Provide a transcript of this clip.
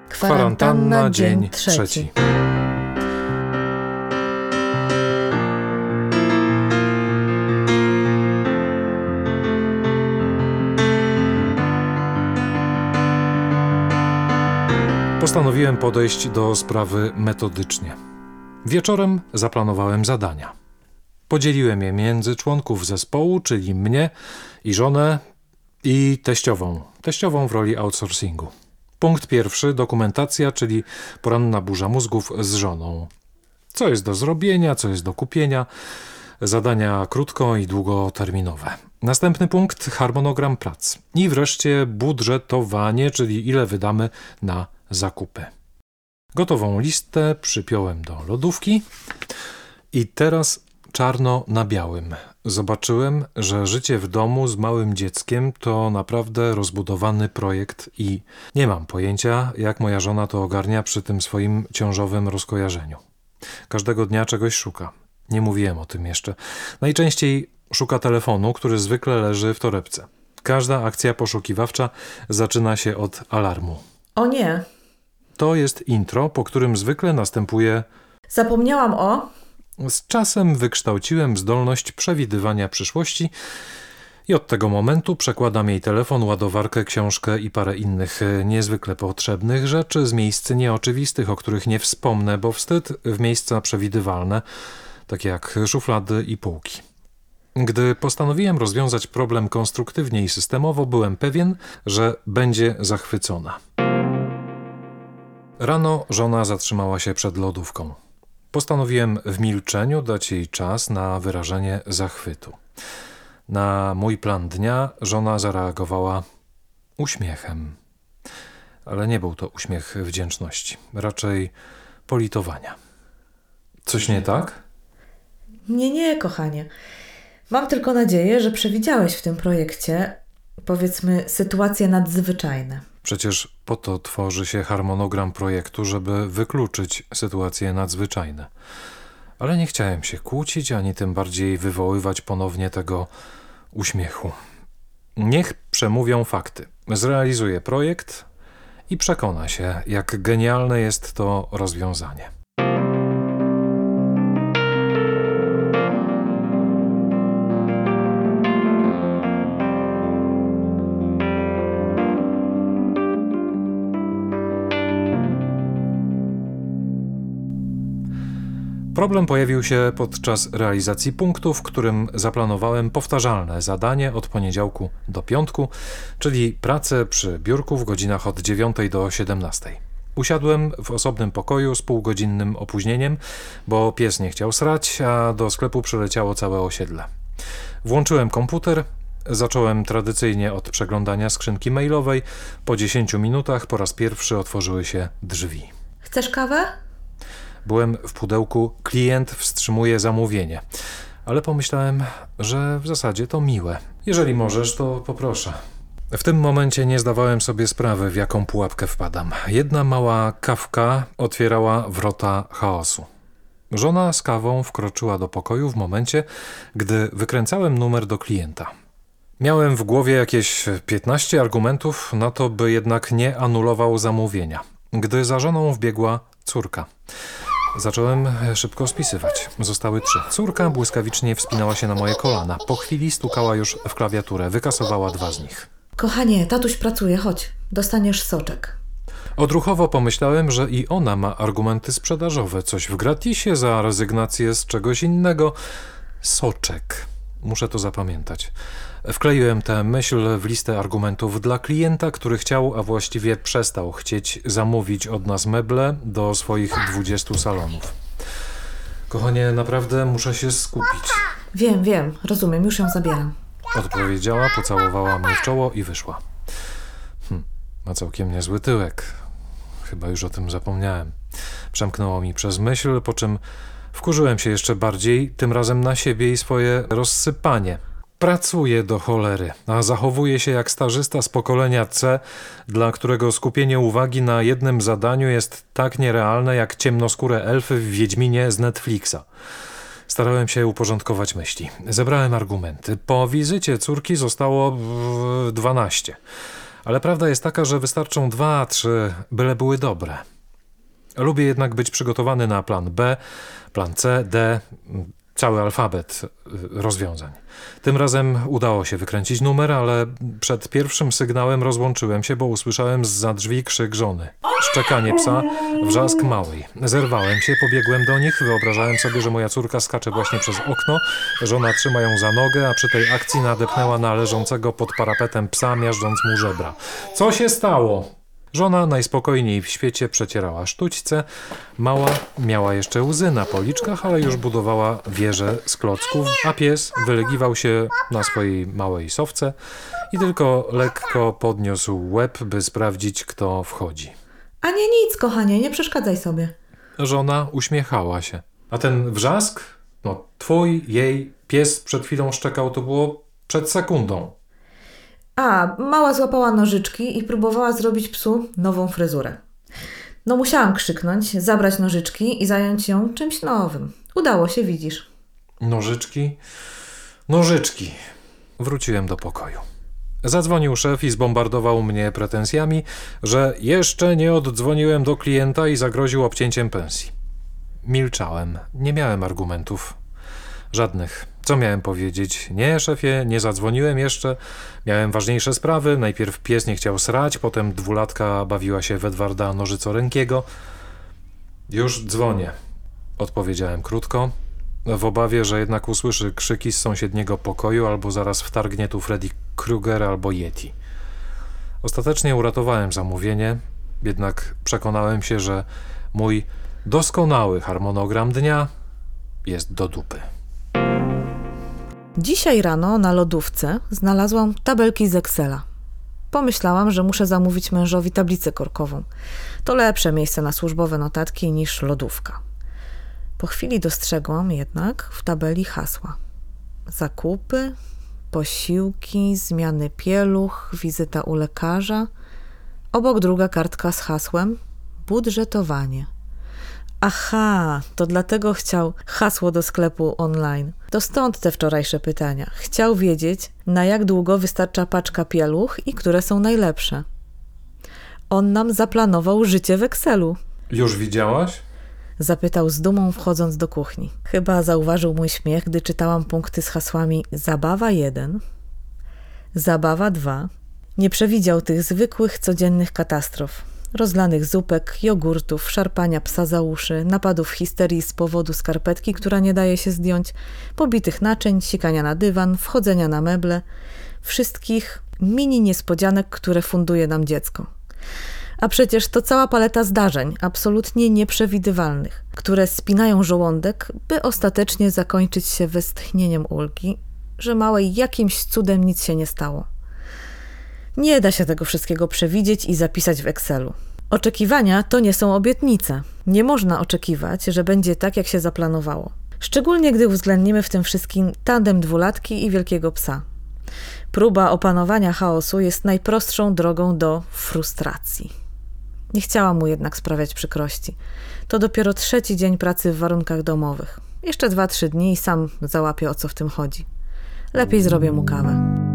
Kwarantanna, dzień trzeci. Postanowiłem podejść do sprawy metodycznie. Wieczorem zaplanowałem zadania. Podzieliłem je między członków zespołu, czyli mnie i żonę i teściową w roli outsourcingu. Punkt pierwszy, dokumentacja, czyli poranna burza mózgów z żoną. Co jest do zrobienia, co jest do kupienia, zadania krótko- i długoterminowe. Następny punkt, harmonogram prac. I wreszcie budżetowanie, czyli ile wydamy na zakupy. Gotową listę przypiąłem do lodówki i teraz czarno na białym. Zobaczyłem, że życie w domu z małym dzieckiem to naprawdę rozbudowany projekt i nie mam pojęcia, jak moja żona to ogarnia przy tym swoim ciążowym rozkojarzeniu. Każdego dnia czegoś szuka. Nie mówiłem o tym jeszcze. Najczęściej szuka telefonu, który zwykle leży w torebce. Każda akcja poszukiwawcza zaczyna się od alarmu. O nie. To jest intro, po którym zwykle następuje... Zapomniałam o... Z czasem wykształciłem zdolność przewidywania przyszłości i od tego momentu przekładam jej telefon, ładowarkę, książkę i parę innych niezwykle potrzebnych rzeczy z miejsc nieoczywistych, o których nie wspomnę, bo wstyd, w miejsca przewidywalne, takie jak szuflady i półki. Gdy postanowiłem rozwiązać problem konstruktywnie i systemowo, byłem pewien, że będzie zachwycona. Rano żona zatrzymała się przed lodówką. Postanowiłem w milczeniu dać jej czas na wyrażenie zachwytu. Na mój plan dnia żona zareagowała uśmiechem. Ale nie był to uśmiech wdzięczności, raczej politowania. Coś nie tak? Nie, kochanie. Mam tylko nadzieję, że przewidziałeś w tym projekcie, powiedzmy, sytuacje nadzwyczajne. Przecież po to tworzy się harmonogram projektu, żeby wykluczyć sytuacje nadzwyczajne. Ale nie chciałem się kłócić, ani tym bardziej wywoływać ponownie tego uśmiechu. Niech przemówią fakty. Zrealizuję projekt i przekona się, jak genialne jest to rozwiązanie. Problem pojawił się podczas realizacji punktu, w którym zaplanowałem powtarzalne zadanie od poniedziałku do piątku, czyli pracę przy biurku w godzinach od 9 do 17. Usiadłem w osobnym pokoju z półgodzinnym opóźnieniem, bo pies nie chciał srać, a do sklepu przyleciało całe osiedle. Włączyłem komputer, zacząłem tradycyjnie od przeglądania skrzynki mailowej. Po 10 minutach po raz pierwszy otworzyły się drzwi. Chcesz kawę? Byłem w pudełku klient wstrzymuje zamówienie, ale pomyślałem, że w zasadzie to miłe. Jeżeli możesz, to poproszę. W tym momencie nie zdawałem sobie sprawy, w jaką pułapkę wpadam. Jedna mała kawka otwierała wrota chaosu. Żona z kawą wkroczyła do pokoju w momencie, gdy wykręcałem numer do klienta. Miałem w głowie jakieś 15 argumentów na to, by jednak nie anulował zamówienia, gdy za żoną wbiegła córka. Zacząłem szybko spisywać. Zostały 3. Córka błyskawicznie wspinała się na moje kolana. Po chwili stukała już w klawiaturę. Wykasowała 2 z nich. Kochanie, tatuś pracuje, chodź. Dostaniesz soczek. Odruchowo pomyślałem, że i ona ma argumenty sprzedażowe. Coś w gratisie za rezygnację z czegoś innego. Soczek. Muszę to zapamiętać. Wkleiłem tę myśl w listę argumentów dla klienta, który chciał, a właściwie przestał chcieć zamówić od nas meble do swoich 20 salonów. Kochanie, naprawdę muszę się skupić. Wiem, rozumiem, już ją zabieram. Odpowiedziała, pocałowała mnie w czoło i wyszła. Ma całkiem niezły tyłek. Chyba już o tym zapomniałem. Przemknęło mi przez myśl, po czym wkurzyłem się jeszcze bardziej, tym razem na siebie i swoje rozsypanie. Pracuję do cholery, a zachowuję się jak stażysta z pokolenia C, dla którego skupienie uwagi na jednym zadaniu jest tak nierealne jak ciemnoskóre elfy w Wiedźminie z Netflixa. Starałem się uporządkować myśli. Zebrałem argumenty. Po wizycie córki zostało 12. Ale prawda jest taka, że wystarczą 2, 3, byle były dobre. Lubię jednak być przygotowany na plan B, plan C, D, cały alfabet rozwiązań. Tym razem udało się wykręcić numer, ale przed pierwszym sygnałem rozłączyłem się, bo usłyszałem zza drzwi krzyk żony. Szczekanie psa, wrzask małej. Zerwałem się, pobiegłem do nich, wyobrażałem sobie, że moja córka skacze właśnie przez okno, żona trzyma ją za nogę, a przy tej akcji nadepnęła na leżącego pod parapetem psa, miażdżąc mu żebra. Co się stało? Żona najspokojniej w świecie przecierała sztućce, mała miała jeszcze łzy na policzkach, ale już budowała wieżę z klocków, a pies wylegiwał się na swojej małej sofce i tylko lekko podniósł łeb, by sprawdzić, kto wchodzi. A nie nic, kochanie, nie przeszkadzaj sobie. Żona uśmiechała się. A ten wrzask? No, twój, jej, pies przed chwilą szczekał, to było przed sekundą. A, mała złapała nożyczki i próbowała zrobić psu nową fryzurę. No musiałam krzyknąć, zabrać nożyczki i zająć ją czymś nowym. Udało się, widzisz. Nożyczki. Nożyczki. Wróciłem do pokoju. Zadzwonił szef i zbombardował mnie pretensjami, że jeszcze nie oddzwoniłem do klienta i zagroził obcięciem pensji. Milczałem, nie miałem argumentów. Żadnych. Co miałem powiedzieć? Nie, szefie, nie zadzwoniłem jeszcze. Miałem ważniejsze sprawy. Najpierw pies nie chciał srać, potem 2-latka bawiła się w Edwarda Nożycorękiego. Już dzwonię, odpowiedziałem krótko, w obawie, że jednak usłyszy krzyki z sąsiedniego pokoju albo zaraz wtargnie tu Freddy Krueger albo Yeti. Ostatecznie uratowałem zamówienie, jednak przekonałem się, że mój doskonały harmonogram dnia jest do dupy. Dzisiaj rano na lodówce znalazłam tabelki z Excela. Pomyślałam, że muszę zamówić mężowi tablicę korkową. To lepsze miejsce na służbowe notatki niż lodówka. Po chwili dostrzegłam jednak w tabeli hasła. Zakupy, posiłki, zmiany pieluch, wizyta u lekarza. Obok druga kartka z hasłem budżetowanie. Aha, to dlatego chciał hasło do sklepu online. To stąd te wczorajsze pytania. Chciał wiedzieć, na jak długo wystarcza paczka pieluch i które są najlepsze. On nam zaplanował życie w Excelu. Już widziałaś? Zapytał z dumą, wchodząc do kuchni. Chyba zauważył mój śmiech, gdy czytałam punkty z hasłami zabawa 1, zabawa 2. Nie przewidział tych zwykłych, codziennych katastrof. Rozlanych zupek, jogurtów, szarpania psa za uszy, napadów histerii z powodu skarpetki, która nie daje się zdjąć, pobitych naczyń, sikania na dywan, wchodzenia na meble. Wszystkich mini niespodzianek, które funduje nam dziecko. A przecież to cała paleta zdarzeń, absolutnie nieprzewidywalnych, które spinają żołądek, by ostatecznie zakończyć się westchnieniem ulgi, że małej jakimś cudem nic się nie stało. Nie da się tego wszystkiego przewidzieć i zapisać w Excelu. Oczekiwania to nie są obietnice. Nie można oczekiwać, że będzie tak, jak się zaplanowało. Szczególnie, gdy uwzględnimy w tym wszystkim tandem 2-latki i wielkiego psa. Próba opanowania chaosu jest najprostszą drogą do frustracji. Nie chciałam mu jednak sprawiać przykrości. To dopiero 3. dzień pracy w warunkach domowych. Jeszcze 2-3 dni i sam załapię, o co w tym chodzi. Lepiej zrobię mu kawę.